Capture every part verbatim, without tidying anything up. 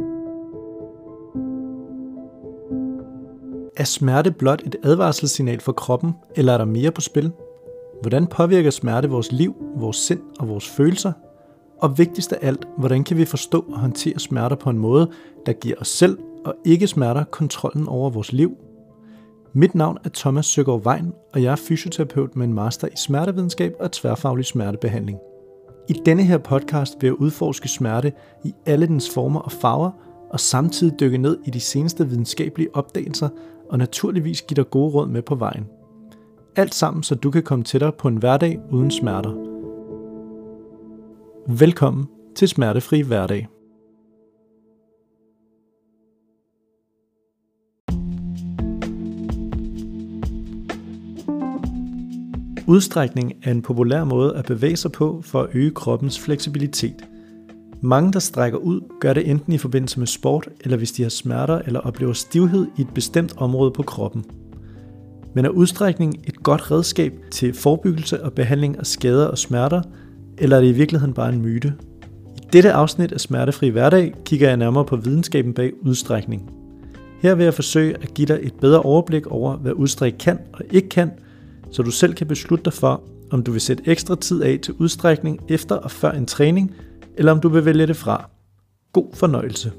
Er smerte blot et advarselssignal for kroppen, eller er der mere på spil? Hvordan påvirker smerte vores liv, vores sind og vores følelser? Og vigtigst af alt, hvordan kan vi forstå og håndtere smerter på en måde, der giver os selv og ikke smerter kontrollen over vores liv? Mit navn er Thomas Søgaard Wein, og jeg er fysioterapeut med en master i smertevidenskab og tværfaglig smertebehandling. I denne her podcast vil jeg udforske smerte i alle dens former og farver, og samtidig dykke ned i de seneste videnskabelige opdagelser, og naturligvis give dig gode råd med på vejen. Alt sammen, så du kan komme tættere på en hverdag uden smerter. Velkommen til Smertefri Hverdag. Udstrækning er en populær måde at bevæge sig på for at øge kroppens fleksibilitet. Mange, der strækker ud, gør det enten i forbindelse med sport, eller hvis de har smerter eller oplever stivhed i et bestemt område på kroppen. Men er udstrækning et godt redskab til forebyggelse og behandling af skader og smerter, eller er det i virkeligheden bare en myte? I dette afsnit af Smertefri Hverdag kigger jeg nærmere på videnskaben bag udstrækning. Her vil jeg forsøge at give dig et bedre overblik over, hvad udstræk kan og ikke kan, så du selv kan beslutte dig for, om du vil sætte ekstra tid af til udstrækning efter og før en træning, eller om du vil vælge det fra. God fornøjelse.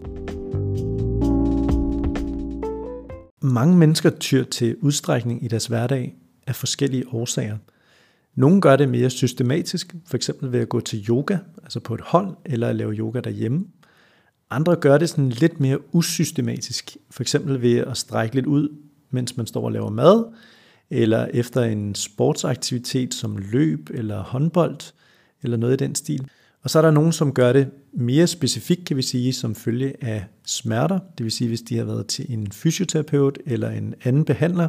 Mange mennesker tyr til udstrækning i deres hverdag af forskellige årsager. Nogle gør det mere systematisk, f.eks. ved at gå til yoga, altså på et hold, eller at lave yoga derhjemme. Andre gør det sådan lidt mere usystematisk, f.eks. ved at strække lidt ud, mens man står og laver mad, eller efter en sportsaktivitet som løb eller håndbold, eller noget i den stil. Og så er der nogen, som gør det mere specifikt, kan vi sige, som følge af smerter. Det vil sige, hvis de har været til en fysioterapeut eller en anden behandler,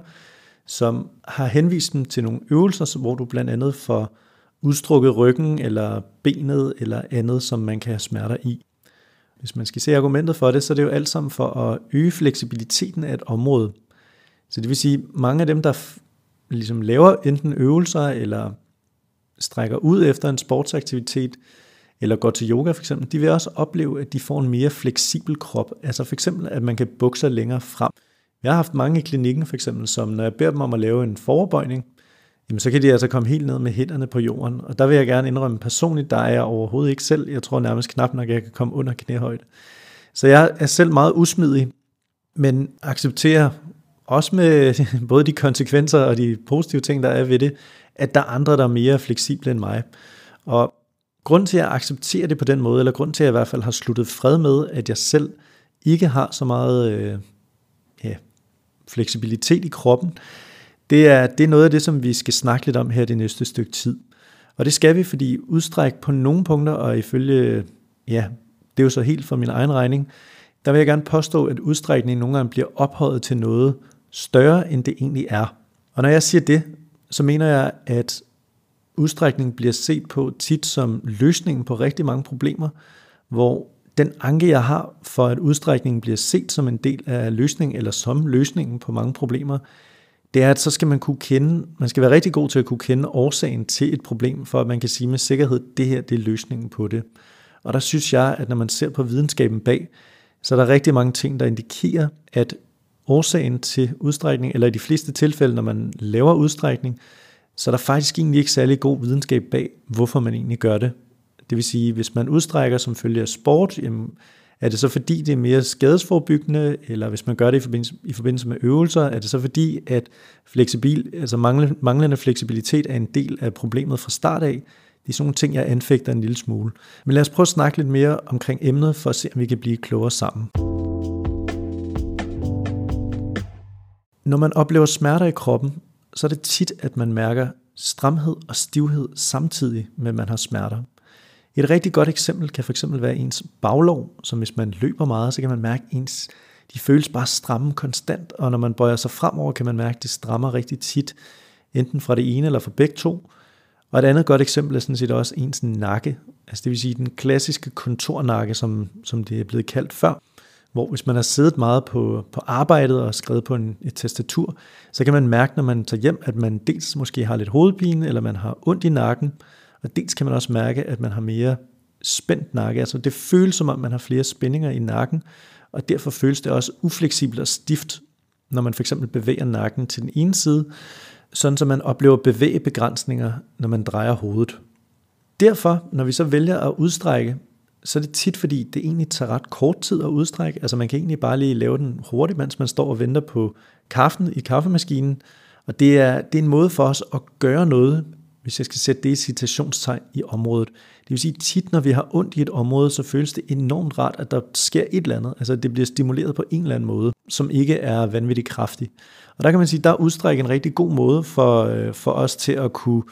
som har henvist dem til nogle øvelser, hvor du blandt andet får udstrukket ryggen eller benet eller andet, som man kan have smerter i. Hvis man skal se argumentet for det, så er det jo alt sammen for at øge fleksibiliteten af et område. Så det vil sige, mange af dem, der ligesom laver enten øvelser eller strækker ud efter en sportsaktivitet, eller går til yoga for eksempel, de vil også opleve, at de får en mere fleksibel krop. Altså for eksempel, at man kan bukke sig længere frem. Jeg har haft mange i klinikken for eksempel, som når jeg beder dem om at lave en foroverbøjning, jamen så kan de altså komme helt ned med hænderne på jorden. Og der vil jeg gerne indrømme personligt, der er jeg overhovedet ikke selv. Jeg tror nærmest knap nok, jeg kan komme under knæhøjde. Så jeg er selv meget usmidig, men accepterer også med både de konsekvenser og de positive ting, der er ved det, at der er andre, der er mere fleksible end mig. Og grunden til, at jeg accepterer det på den måde, eller grunden til, at jeg i hvert fald har sluttet fred med, at jeg selv ikke har så meget øh, ja, fleksibilitet i kroppen, det er, det er noget af det, som vi skal snakke lidt om her det næste stykke tid. Og det skal vi, fordi udstræk på nogle punkter, og ifølge, ja, det er jo så helt for min egen regning, der vil jeg gerne påstå, at udstrækningen nogle gange bliver ophøjet til noget større, end det egentlig er. Og når jeg siger det, så mener jeg, at udstrækning bliver set på tit som løsningen på rigtig mange problemer, hvor den anke, jeg har for, at udstrækningen bliver set som en del af løsningen, eller som løsningen på mange problemer, det er, at så skal man kunne kende, man skal være rigtig god til at kunne kende årsagen til et problem, for at man kan sige med sikkerhed, at det her, det er løsningen på det. Og der synes jeg, at når man ser på videnskaben bag, så er der rigtig mange ting, der indikerer, at årsagen til udstrækning, eller i de fleste tilfælde, når man laver udstrækning, så er der faktisk egentlig ikke særlig god videnskab bag, hvorfor man egentlig gør det. Det vil sige, hvis man udstrækker som følge af sport, jamen, er det så fordi, det er mere skadesforebyggende, eller hvis man gør det i forbindelse, i forbindelse med øvelser, er det så fordi, at fleksibil, altså manglende, manglende fleksibilitet er en del af problemet fra start af. Det er sådan nogle ting, jeg anfægter en lille smule. Men lad os prøve at snakke lidt mere omkring emnet, for at se, om vi kan blive klogere sammen. Når man oplever smerter i kroppen, så er det tit, at man mærker stramhed og stivhed samtidig med, at man har smerter. Et rigtig godt eksempel kan fx være ens baglov, som hvis man løber meget, så kan man mærke, at ens, de føles bare stramme konstant, og når man bøjer sig fremover, kan man mærke, at det strammer rigtig tit, enten fra det ene eller fra begge to. Og et andet godt eksempel er sådan set også ens nakke, altså det vil sige den klassiske kontornakke, som, som det er blevet kaldt før, hvor hvis man har siddet meget på, på arbejdet og skrevet på en, et tastatur, så kan man mærke, når man tager hjem, at man dels måske har lidt hovedpine, eller man har ondt i nakken, og dels kan man også mærke, at man har mere spændt nakke. Altså det føles som om, man har flere spændinger i nakken, og derfor føles det også ufleksibelt og stift, når man for eksempel bevæger nakken til den ene side, sådan så man oplever bevægebegrænsninger, når man drejer hovedet. Derfor, når vi så vælger at udstrække, så er det tit, fordi det egentlig tager ret kort tid at udstrække. Altså man kan egentlig bare lige lave den hurtigt, mens man står og venter på kaffen i kaffemaskinen. Og det er, det er en måde for os at gøre noget, hvis jeg skal sætte det i citationstegn i området. Det vil sige, tit når vi har ondt i et område, så føles det enormt rart, at der sker et eller andet. Altså det bliver stimuleret på en eller anden måde, som ikke er vanvittigt kraftig. Og der kan man sige, der er udstræk en rigtig god måde for, for os til at kunne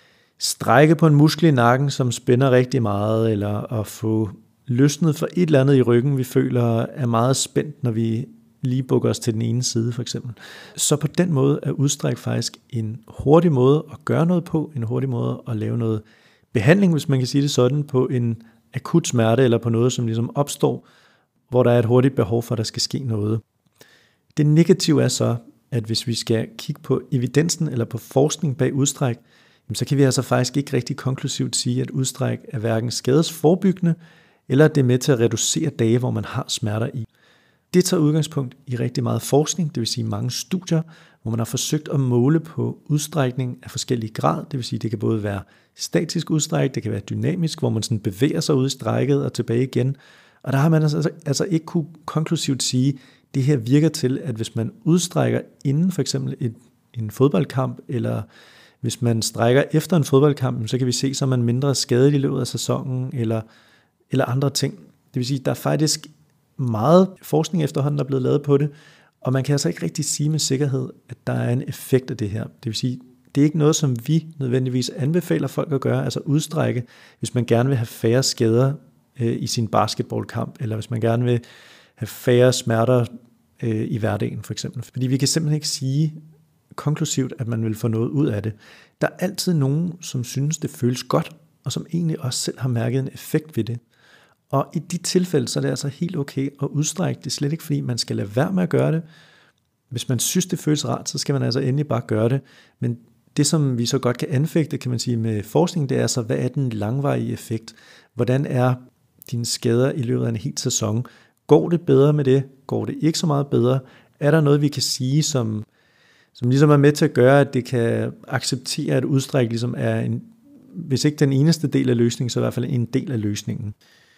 strække på en muskel i nakken, som spænder rigtig meget, eller at få løsnet for et eller andet i ryggen, vi føler er meget spændt, når vi lige bukker os til den ene side for eksempel. Så på den måde er udstræk faktisk en hurtig måde at gøre noget på, en hurtig måde at lave noget behandling, hvis man kan sige det sådan, på en akut smerte, eller på noget, som ligesom opstår, hvor der er et hurtigt behov for, at der skal ske noget. Det negative er så, at hvis vi skal kigge på evidensen, eller på forskning bag udstræk, så kan vi altså faktisk ikke rigtig konklusivt sige, at udstræk er hverken skadesforebyggende, eller at det er med til at reducere dage, hvor man har smerter i. Det tager udgangspunkt i rigtig meget forskning, det vil sige mange studier, hvor man har forsøgt at måle på udstrækning af forskellige grad. Det vil sige, det kan både være statisk udstræk, det kan være dynamisk, hvor man sådan bevæger sig ud i strækket og tilbage igen. Og der har man altså, altså ikke kunne konklusivt sige, at det her virker til, at hvis man udstrækker inden for eksempel et, en fodboldkamp, eller hvis man strækker efter en fodboldkamp, så kan vi se, så er man mindre skadet i løbet af sæsonen, eller, eller andre ting. Det vil sige, der er faktisk meget forskning efterhånden, der er blevet lavet på det, og man kan altså ikke rigtig sige med sikkerhed, at der er en effekt af det her. Det vil sige, det er ikke noget, som vi nødvendigvis anbefaler folk at gøre, altså udstrække, hvis man gerne vil have færre skader øh, i sin basketballkamp, eller hvis man gerne vil have færre smerter øh, i hverdagen for eksempel. Fordi vi kan simpelthen ikke sige konklusivt, at man vil få noget ud af det. Der er altid nogen, som synes, det føles godt, og som egentlig også selv har mærket en effekt ved det. Og i de tilfælde, så er det altså helt okay at udstrække. Det er slet ikke, fordi man skal lade være med at gøre det. Hvis man synes, det føles rart, så skal man altså endelig bare gøre det. Men det, som vi så godt kan anfægte, kan man sige, med forskning, det er så, hvad er den langvarige effekt? Hvordan er dine skader i løbet af en hel sæson? Går det bedre med det? Går det ikke så meget bedre? Er der noget, vi kan sige, som, som ligesom er med til at gøre, at det kan acceptere, at udstræk ligesom er en, hvis ikke den eneste del af løsningen, så i hvert fald en del af løsningen.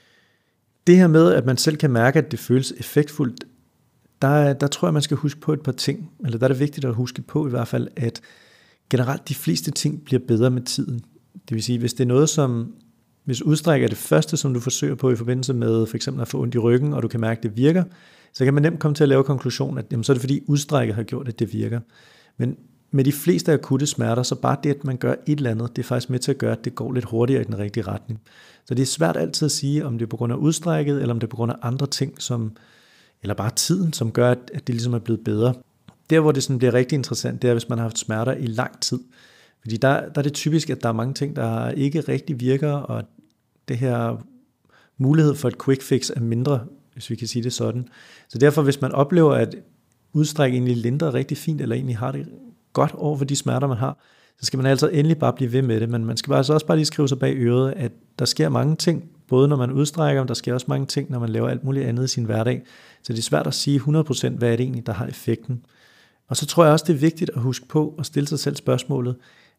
Det her med, at man selv kan mærke, at det føles effektfuldt, der, der tror jeg, man skal huske på et par ting. Eller der er det vigtigt at huske på i hvert fald, at generelt de fleste ting bliver bedre med tiden. Det vil sige, hvis det er noget, som hvis udstræk er det første, som du forsøger på i forbindelse med for eksempel at få ondt i ryggen, og du kan mærke, at det virker, så kan man nemt komme til at lave konklusion, at jamen, så er det fordi udstrækket har gjort, at det virker. Men med de fleste akutte smerter, så bare det, at man gør et eller andet, det er faktisk med til at gøre, at det går lidt hurtigere i den rigtige retning. Så det er svært altid at sige, om det er på grund af udstrækket, eller om det er på grund af andre ting, som, eller bare tiden, som gør, at det ligesom er blevet bedre. Der, hvor det sådan bliver rigtig interessant, det er, hvis man har haft smerter i lang tid. Fordi der, der er det typisk, at der er mange ting, der ikke rigtig virker, og det her mulighed for et quick fix er mindre, hvis vi kan sige det sådan. Så derfor, hvis man oplever, at udstræk egentlig lindrer rigtig fint, eller egentlig har det godt over for de smerter, man har, så skal man altså endelig bare blive ved med det. Men man skal altså også bare lige skrive sig bag øret, at der sker mange ting, både når man udstrækker, men der sker også mange ting, når man laver alt muligt andet i sin hverdag. Så det er svært at sige hundrede procent, hvad er det egentlig, der har effekten. Og så tror jeg også, det er vigtigt at huske på at stille sig selv spørgsmålet,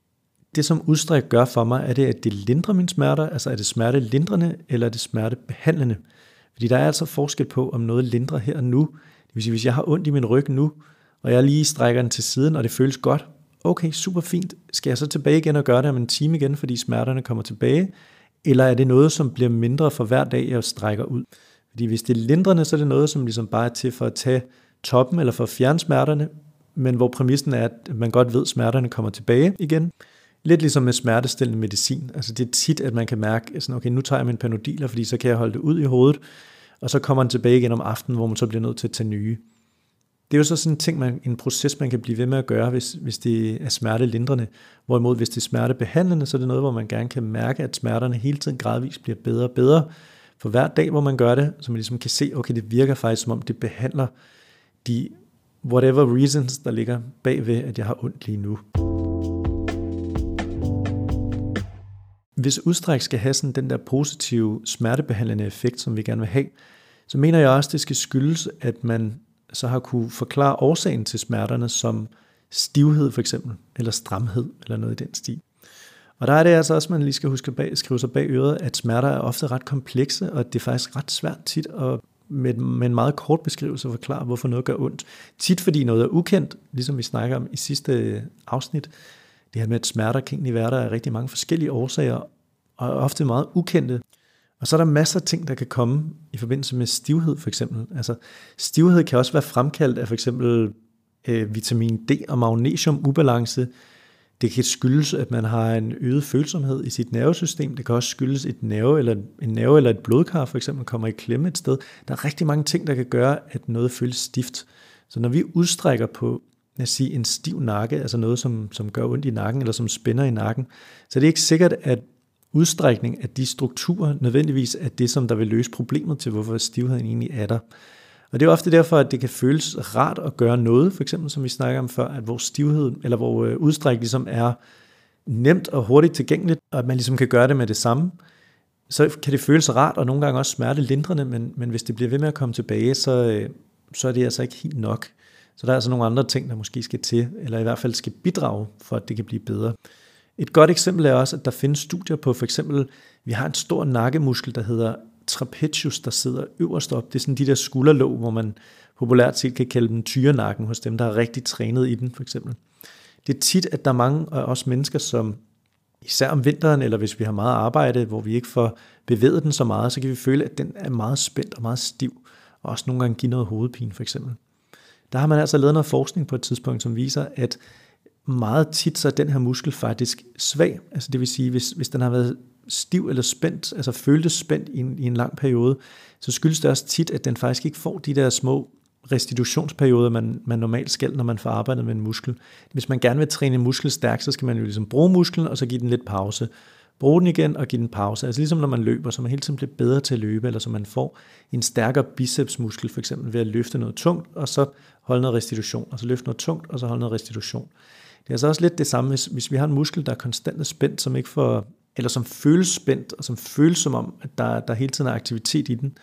det som udstræk gør for mig, er det, at det lindrer mine smerter, altså er det smertelindrende, eller er det smertebehandlende? Fordi der er altså forskel på, om noget lindrer her og nu. Det vil sige, hvis jeg har ondt i min ryg nu, og jeg lige strækker den til siden, og det føles godt, okay, super fint. Skal jeg så tilbage igen og gøre det om en time igen, fordi smerterne kommer tilbage? Eller er det noget, som bliver mindre for hver dag, jeg strækker ud? Fordi hvis det er lindrende, så er det noget, som ligesom bare er til for at tage toppen, eller for at fjerne smerterne, men hvor præmissen er, at man godt ved, at smerterne kommer tilbage igen. Lidt ligesom med smertestillende medicin. Altså det er tit, at man kan mærke, sådan, okay, nu tager jeg min Panodiler, fordi så kan jeg holde det ud i hovedet, og så kommer den tilbage igen om aftenen, hvor man så bliver nødt til at tage nye. Det er jo så sådan en ting, man, en proces, man kan blive ved med at gøre, hvis, hvis det er smertelindrende. Hvorimod, hvis det er smertebehandlende, så er det noget, hvor man gerne kan mærke, at smerterne hele tiden gradvist bliver bedre og bedre. For hver dag, hvor man gør det, så man ligesom kan se, okay, det virker faktisk, som om det behandler de whatever reasons, der ligger bagved, at jeg har ondt lige nu. hvis udstræk skal have sådan den der positive smertebehandlende effekt, som vi gerne vil have, så mener jeg også, det skal skyldes, at man så har kunne forklare årsagen til smerterne som stivhed for eksempel, eller stramhed, eller noget i den stil. Og der er det altså også, man lige skal huske bag, skrive sig bag øret, at smerter er ofte ret komplekse, og det er faktisk ret svært tit at med, med en meget kort beskrivelse at forklare, hvorfor noget gør ondt. Tit fordi noget er ukendt, ligesom vi snakker om i sidste afsnit. Det her med, at smerter kan egentlig være der af rigtig mange forskellige årsager, og er ofte meget ukendte. Og så er der masser af ting, der kan komme i forbindelse med stivhed for eksempel. Altså stivhed kan også være fremkaldt af for eksempel øh, vitamin D og magnesium ubalance. Det kan skyldes, at man har en øget følsomhed i sit nervesystem. Det kan også skyldes, et nerve eller en nerve eller et blodkar for eksempel kommer i klemme et sted. Der er rigtig mange ting, der kan gøre, at noget føles stift. Så når vi udstrækker på lad os sige, en stiv nakke, altså noget, som, som gør ondt i nakken, eller som spænder i nakken, så er det ikke sikkert, at udstrækning af de strukturer nødvendigvis er det, som der vil løse problemet til, hvorfor stivheden egentlig er der. Og det er ofte derfor, at det kan føles rart at gøre noget, for eksempel som vi snakker om før, at vores stivhed, eller vores udstræk ligesom er nemt og hurtigt tilgængeligt, og at man ligesom kan gøre det med det samme. Så kan det føles rart, og nogle gange også smertelindrende, men, men hvis det bliver ved med at komme tilbage, så, så er det altså ikke helt nok. Så der er altså nogle andre ting, der måske skal til, eller i hvert fald skal bidrage, for at det kan blive bedre. Et godt eksempel er også, at der findes studier på, for eksempel, vi har en stor nakkemuskel, der hedder trapezius, der sidder øverst op. Det er sådan de der skulderlåg, hvor man populært set kan kalde dem tyrenakken hos dem, der er rigtig trænet i den, for eksempel. Det er tit, at der er mange af os mennesker, som især om vinteren, eller hvis vi har meget arbejde, hvor vi ikke får bevæget den så meget, så kan vi føle, at den er meget spændt og meget stiv, og også nogle gange give noget hovedpine, for eksempel. Der har man altså lavet noget forskning på et tidspunkt, som viser, at meget tit så er den her muskel faktisk svag. Altså det vil sige, hvis, hvis den har været stiv eller spændt, altså føltes spændt i en, i en lang periode, så skyldes det også tit, at den faktisk ikke får de der små restitutionsperioder, man, man normalt skal, når man får arbejdet med en muskel. Hvis man gerne vil træne en muskel stærkt, så skal man jo ligesom bruge musklen, og så give den lidt pause. Bruge den igen og give den pause. Altså ligesom når man løber, så man hele tiden bliver bedre til at løbe, eller så man får en stærkere bicepsmuskel, for eksempel ved at løfte noget tungt, og så holde noget restitution, og så løfte noget tungt, og så holde noget restitution. Det er altså også lidt det samme, hvis, hvis vi har en muskel, der er konstant spændt, som ikke får, eller som føles spændt, og som føles som om, at der, der hele tiden er aktivitet i den,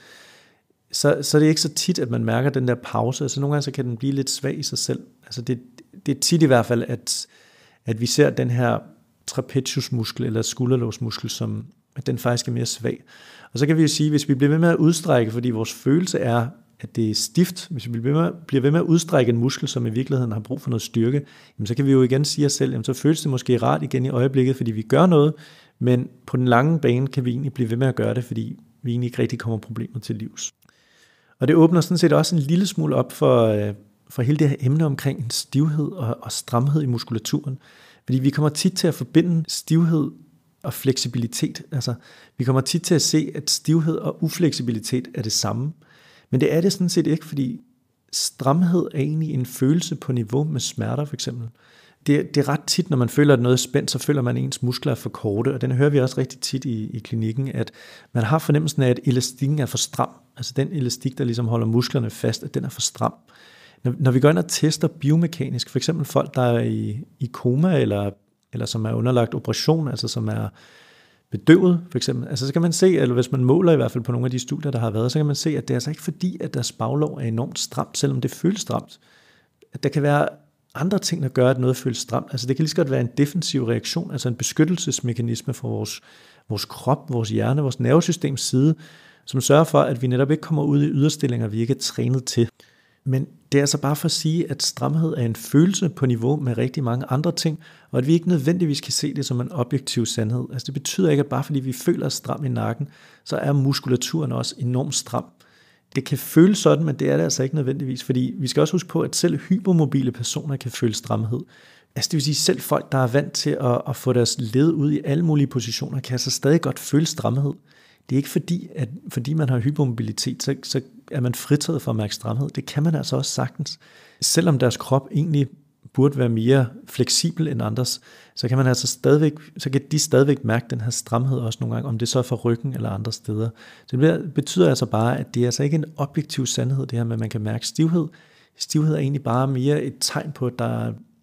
så, så er det ikke så tit, at man mærker den der pause. Altså nogle gange så kan den blive lidt svag i sig selv. Altså det, det er tit i hvert fald, at, at vi ser den her trapeziusmuskel eller skulderlågsmuskel, som at den faktisk er mere svag. Og så kan vi jo sige, hvis vi bliver ved med at udstrække, fordi vores følelse er, at det er stift, hvis vi bliver ved, med, bliver ved med at udstrække en muskel, som i virkeligheden har brug for noget styrke, jamen så kan vi jo igen sige os selv, jamen så føles det måske rart igen i øjeblikket, fordi vi gør noget, men på den lange bane kan vi egentlig blive ved med at gøre det, fordi vi egentlig ikke rigtig kommer problemet til livs. Og det åbner sådan set også en lille smule op for, for hele det her emne omkring en stivhed og, og stramhed i muskulaturen. Fordi vi kommer tit til at forbinde stivhed og fleksibilitet. Altså, vi kommer tit til at se, at stivhed og ufleksibilitet er det samme. Men det er det sådan set ikke, fordi stramhed er egentlig en følelse på niveau med smerter for eksempel. Det, det er ret tit, når man føler, at noget er spændt, så føler man, at ens muskler er for korte, og den hører vi også rigtig tit i, i klinikken, at man har fornemmelsen af, at elastikken er for stram. Altså den elastik, der ligesom holder musklerne fast, at den er for stram. Når, når vi går ind og tester biomekanisk, for eksempel folk, der er i, i koma, eller, eller som er underlagt operation, altså som er bedøvet for eksempel, altså så kan man se, eller hvis man måler i hvert fald på nogle af de studier, der har været, så kan man se, at det er altså ikke fordi, at deres baglov er enormt stramt, selvom det føles stramt. At der kan være andre ting, der gør, at noget føles stramt. Altså det kan lige så godt være en defensiv reaktion, altså en beskyttelsesmekanisme for vores, vores krop, vores hjerne, vores nervesystems side, som sørger for, at vi netop ikke kommer ud i yderstillinger, vi ikke er trænet til. Men det er altså bare for at sige, at stramhed er en følelse på niveau med rigtig mange andre ting, og at vi ikke nødvendigvis kan se det som en objektiv sandhed. Altså det betyder ikke, at bare fordi vi føler os stram i nakken, så er muskulaturen også enormt stram. Det kan føles sådan, men det er det altså ikke nødvendigvis, fordi vi skal også huske på, at selv hypermobile personer kan føle stramhed. Altså det vil sige, selv folk, der er vant til at, at få deres led ud i alle mulige positioner, kan altså stadig godt føle stramhed. Det er ikke fordi, at fordi man har hypermobilitet, så, så er man fritaget for at mærke stramhed. Det kan man altså også sagtens. Selvom deres krop egentlig burde være mere fleksibel end andres, så kan man altså stadigvæk, så kan de stadigvæk mærke den her stramhed også nogle gange, om det så er for ryggen eller andre steder. Så det betyder altså bare, at det er altså ikke en objektiv sandhed, det her med, at man kan mærke stivhed. Stivhed er egentlig bare mere et tegn på, at der er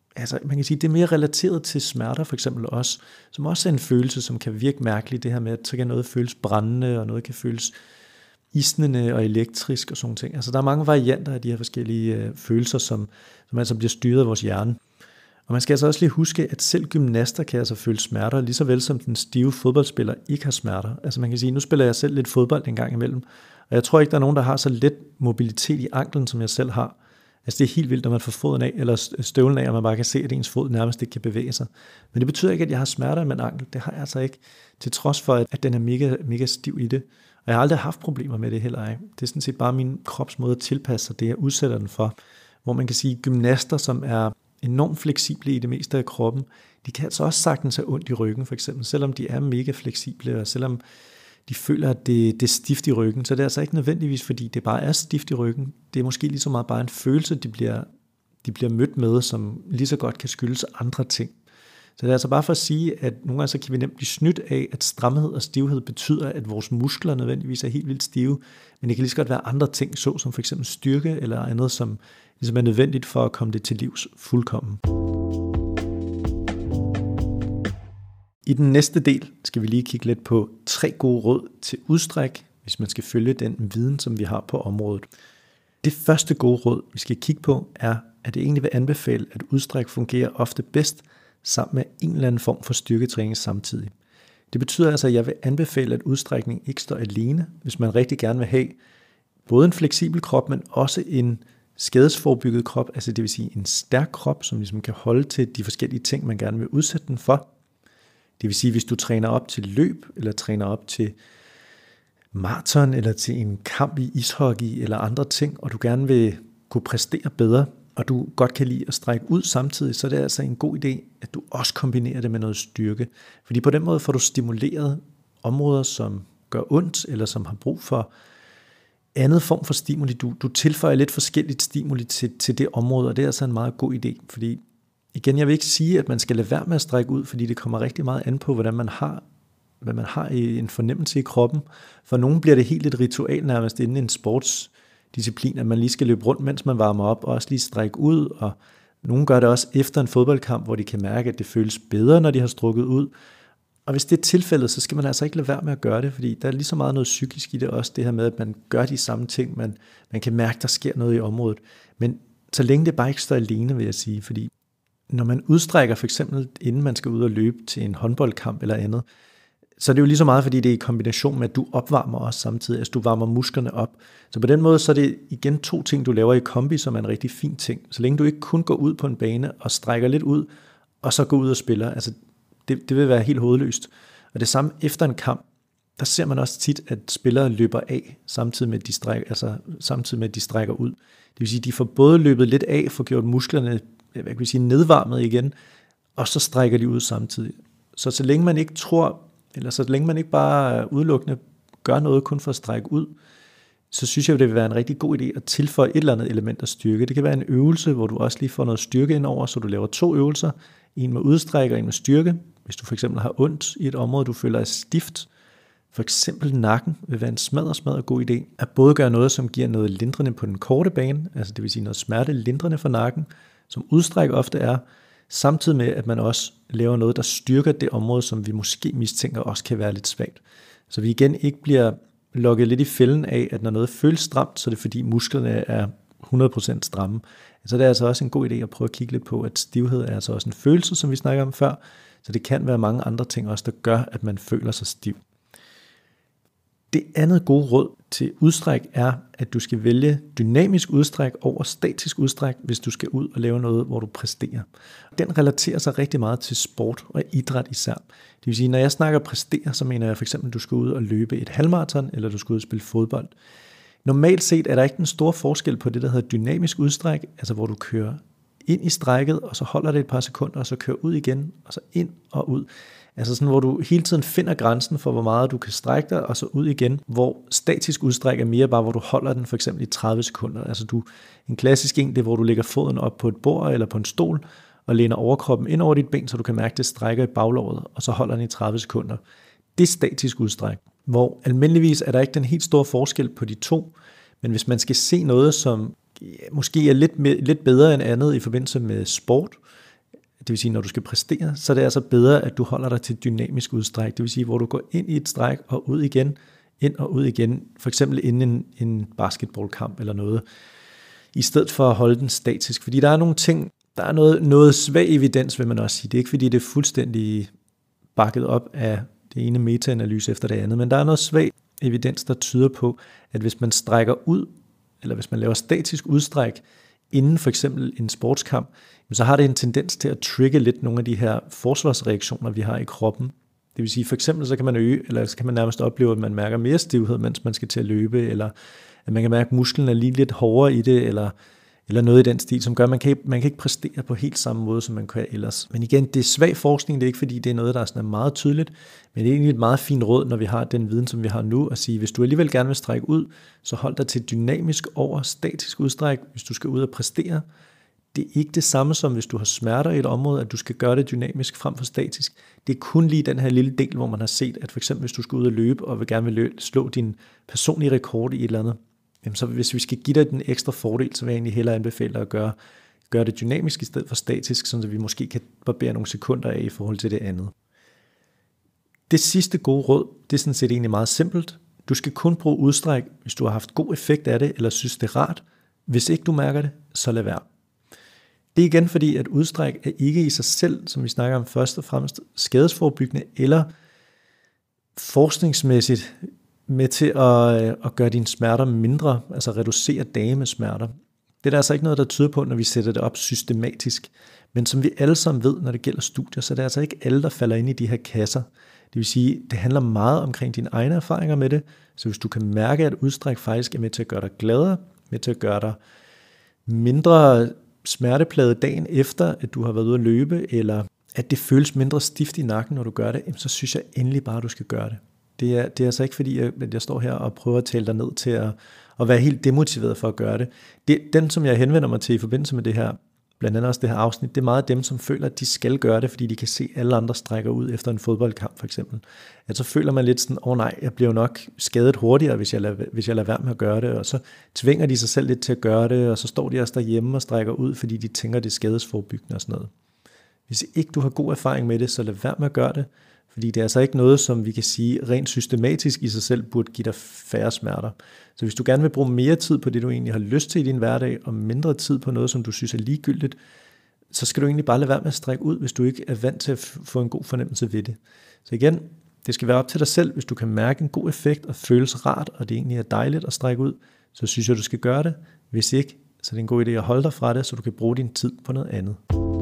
altså man kan sige, det er mere relateret til smerter for eksempel også, som også er en følelse, som kan virke mærkeligt, det her med, at så kan noget føles brændende, og noget kan føles isnende og elektrisk og sådan ting. Altså der er mange varianter af de her forskellige øh, følelser, som, som altså bliver styret af vores hjerne. Og man skal altså også lige huske, at selv gymnaster kan altså føle smerter, lige så vel som den stive fodboldspiller ikke har smerter. Altså man kan sige, nu spiller jeg selv lidt fodbold en gang imellem, og jeg tror ikke, der er nogen, der har så let mobilitet i anklen, som jeg selv har. Altså det er helt vildt, når man får foden af, eller støvlen af, og man bare kan se, at ens fod nærmest ikke kan bevæge sig. Men det betyder ikke, at jeg har smerter med en ankel. Det har jeg altså ikke, til trods for, at den er mega, mega stiv i det. Og jeg har aldrig haft problemer med det heller ikke. Det er sådan set bare min krops måde at tilpasse sig det, jeg udsætter den for. Hvor man kan sige, at gymnaster, som er enormt fleksible i det meste af kroppen, de kan altså også sagtens have ondt i ryggen, for eksempel. Selvom de er mega fleksible, og selvom de føler, at det, det er stift i ryggen, så det er altså ikke nødvendigvis, fordi det bare er stift i ryggen. Det er måske lige så meget bare en følelse, de bliver, de bliver mødt med, som lige så godt kan skyldes andre ting. Så det er altså bare for at sige, at nogle gange så kan vi nemt blive snydt af, at stramhed og stivhed betyder, at vores muskler nødvendigvis er helt vildt stive, men det kan lige så godt være andre ting, så som for eksempel styrke eller andet, som ligesom er nødvendigt for at komme det til livs fuldkommen. I den næste del skal vi lige kigge lidt på tre gode råd til udstræk, hvis man skal følge den viden, som vi har på området. Det første gode råd, vi skal kigge på, er, at det egentlig vil anbefale, at udstræk fungerer ofte bedst sammen med en eller anden form for styrketræning samtidig. Det betyder altså, at jeg vil anbefale, at udstrækning ikke står alene, hvis man rigtig gerne vil have både en fleksibel krop, men også en skadesforebygget krop, altså det vil sige en stærk krop, som ligesom kan holde til de forskellige ting, man gerne vil udsætte den for. Det vil sige, hvis du træner op til løb, eller træner op til maraton, eller til en kamp i ishockey, eller andre ting, og du gerne vil kunne præstere bedre, og du godt kan lide at strække ud samtidig, så er det altså en god idé, at du også kombinerer det med noget styrke. Fordi på den måde får du stimuleret områder, som gør ondt, eller som har brug for andet form for stimuli. Du, du tilføjer lidt forskelligt stimuli til, til det område, og det er altså en meget god idé, fordi igen, jeg vil ikke sige, at man skal lade være med at strække ud, fordi det kommer rigtig meget an på, hvordan man har, hvad man har i en fornemmelse i kroppen. For nogen bliver det helt et ritual nærmest inden en sportsdisciplin, at man lige skal løbe rundt, mens man varmer op, og også lige strække ud, og nogen gør det også efter en fodboldkamp, hvor de kan mærke, at det føles bedre, når de har strukket ud. Og hvis det er tilfældet, så skal man altså ikke lade være med at gøre det, fordi der er lige så meget noget psykisk i det også, det her med, at man gør de samme ting, man, man kan mærke, der sker noget i området. Men så længe det bare ikke står alene, vil jeg sige, fordi når man udstrækker for eksempel, inden man skal ud og løbe til en håndboldkamp eller andet, så er det jo lige så meget, fordi det er i kombination med, at du opvarmer også samtidig, altså du varmer musklerne op. Så på den måde, så er det igen to ting, du laver i kombi, som er en rigtig fin ting. Så længe du ikke kun går ud på en bane og strækker lidt ud, og så går ud og spiller, altså det, det vil være helt hovedløst. Og det samme efter en kamp, der ser man også tit, at spillere løber af, samtidig med, at de strækker, altså, samtidig med, at de strækker ud. Det vil sige, at de får både løbet lidt af, får gjort musklerne hvad kan vi sige, nedvarmet igen, og så strækker de ud samtidig. Så så længe man ikke tror, eller så længe man ikke bare udelukkende gør noget kun for at strække ud, så synes jeg, det vil være en rigtig god idé at tilføje et eller andet element af styrke. Det kan være en øvelse, hvor du også lige får noget styrke ind over, så du laver to øvelser, en med udstræk og en med styrke. Hvis du for eksempel har ondt i et område, du føler er stift, for eksempel nakken, vil være en smadret, smadret god idé, at både gøre noget, som giver noget lindrende på den korte bane, altså det vil sige noget smerte lindrende for nakken, som udstræk ofte er, samtidig med, at man også laver noget, der styrker det område, som vi måske mistænker også kan være lidt svagt. Så vi igen ikke bliver lokket lidt i fælden af, at når noget føles stramt, så er det fordi musklerne er hundrede procent stramme. Så det er altså også en god idé at prøve at kigge lidt på, at stivhed er altså også en følelse, som vi snakker om før, så det kan være mange andre ting også, der gør, at man føler sig stiv. Det andet gode råd til udstræk er, at du skal vælge dynamisk udstræk over statisk udstræk, hvis du skal ud og lave noget, hvor du præsterer. Den relaterer sig rigtig meget til sport og idræt især. Det vil sige, når jeg snakker præstere, så mener jeg for eksempel, at du skal ud og løbe et halvmaraton, eller du skal ud og spille fodbold. Normalt set er der ikke en stor forskel på det, der hedder dynamisk udstræk, altså hvor du kører ind i strækket, og så holder det et par sekunder, og så kører ud igen, og så ind og ud. Altså sådan, hvor du hele tiden finder grænsen for, hvor meget du kan strække dig, og så ud igen, hvor statisk udstræk er mere bare, hvor du holder den for eksempel i tredive sekunder. Altså du, en klassisk en, det er, hvor du lægger foden op på et bord eller på en stol, og læner overkroppen ind over dit ben, så du kan mærke, det strækker i baglåret, og så holder den i tredive sekunder. Det er statisk udstræk, hvor almindeligvis er der ikke den helt store forskel på de to, men hvis man skal se noget, som måske er lidt, lidt bedre end andet i forbindelse med sport, det vil sige, når du skal præstere, så er det altså bedre, at du holder dig til dynamisk udstræk. Det vil sige, hvor du går ind i et stræk og ud igen, ind og ud igen, for eksempel inden en, en basketballkamp eller noget, i stedet for at holde den statisk. Fordi der er nogle ting, der er noget, noget svag evidens, vil man også sige. Det er ikke fordi, det er fuldstændig bakket op af det ene metaanalyse efter det andet, men der er noget svag evidens, der tyder på, at hvis man strækker ud, eller hvis man laver statisk udstræk inden for eksempel en sportskamp, så har det en tendens til at trigge lidt nogle af de her forsvarsreaktioner, vi har i kroppen. Det vil sige, for eksempel så kan man øge, eller så kan man nærmest opleve, at man mærker mere stivhed, mens man skal til at løbe, eller at man kan mærke, at musklen er lige lidt hårdere i det, eller, eller noget i den stil, som gør, at man kan, man kan ikke præstere på helt samme måde, som man kan ellers. Men igen, det er svag forskning, det er ikke fordi, det er noget, der er sådan meget tydeligt, men det er egentlig et meget fint råd, når vi har den viden, som vi har nu, at sige, hvis du alligevel gerne vil strække ud, så hold dig til dynamisk over statisk udstræk, hvis du skal ud og præstere. Det er ikke det samme som, hvis du har smerter i et område, at du skal gøre det dynamisk frem for statisk. Det er kun lige den her lille del, hvor man har set, at for eksempel hvis du skal ud og løbe, og vil gerne vil løbe, slå din personlige rekord i et eller andet, jamen så hvis vi skal give dig den ekstra fordel, så vil jeg egentlig hellere anbefale dig at gøre, gøre det dynamisk i stedet for statisk, så vi måske kan barbere nogle sekunder af i forhold til det andet. Det sidste gode råd, det er sådan set egentlig meget simpelt. Du skal kun bruge udstræk, hvis du har haft god effekt af det, eller synes det er rart. Hvis ikke du mærker det, så lad være. Det er igen fordi, at udstræk er ikke i sig selv, som vi snakker om først og fremmest, skadesforebyggende eller forskningsmæssigt med til at, at gøre dine smerter mindre, altså reducere dage med smerter. Det er der altså ikke noget, der tyder på, når vi sætter det op systematisk. Men som vi alle sammen ved, når det gælder studier, så er det altså ikke alle, der falder ind i de her kasser. Det vil sige, det handler meget omkring dine egne erfaringer med det. Så hvis du kan mærke, at udstræk faktisk er med til at gøre dig gladere, med til at gøre dig mindre smerteplaget dagen efter, at du har været ude at løbe, eller at det føles mindre stift i nakken, når du gør det, så synes jeg endelig bare, at du skal gøre det. Det er, det er altså ikke fordi, at jeg står her og prøver at tale dig ned til at, at være helt demotiveret for at gøre det. det. Den, som jeg henvender mig til i forbindelse med det her, blandt andet også det her afsnit, det er meget dem, som føler, at de skal gøre det, fordi de kan se, at alle andre strækker ud efter en fodboldkamp for eksempel. At så føler man lidt sådan, åh oh, nej, jeg bliver nok skadet hurtigere, hvis jeg, lader, hvis jeg lader være med at gøre det, og så tvinger de sig selv lidt til at gøre det, og så står de også derhjemme og strækker ud, fordi de tænker, det er skadesforebyggende og sådan noget. Hvis ikke du har god erfaring med det, så lad være med at gøre det, fordi det er altså ikke noget, som vi kan sige rent systematisk i sig selv burde give dig færre smerter. Så hvis du gerne vil bruge mere tid på det, du egentlig har lyst til i din hverdag, og mindre tid på noget, som du synes er ligegyldigt, så skal du egentlig bare lade være med at strække ud, hvis du ikke er vant til at få en god fornemmelse ved det. Så igen, det skal være op til dig selv. Hvis du kan mærke en god effekt og føles rart, og det egentlig er dejligt at strække ud, så synes jeg, du skal gøre det. Hvis ikke, så er det en god idé at holde dig fra det, så du kan bruge din tid på noget andet.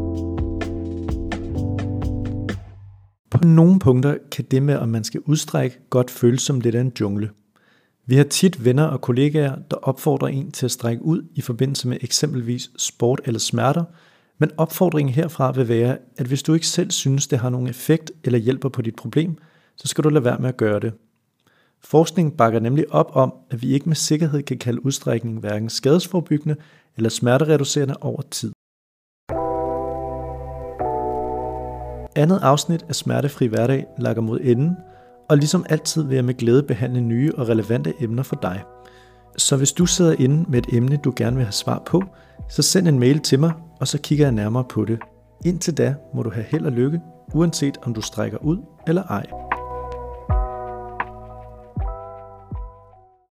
På nogle punkter kan det med, om man skal udstrække, godt føles som lidt af en jungle. Vi har tit venner og kollegaer, der opfordrer en til at strække ud i forbindelse med eksempelvis sport eller smerter, men opfordringen herfra vil være, at hvis du ikke selv synes, det har nogen effekt eller hjælper på dit problem, så skal du lade være med at gøre det. Forskningen bakker nemlig op om, at vi ikke med sikkerhed kan kalde udstrækning hverken skadesforebyggende eller smertereducerende over tid. Andet afsnit af Smertefri Hverdag lakker mod enden, og ligesom altid vil jeg med glæde behandle nye og relevante emner for dig. Så hvis du sidder inde med et emne, du gerne vil have svar på, så send en mail til mig, og så kigger jeg nærmere på det. Indtil da må du have held og lykke, uanset om du strækker ud eller ej.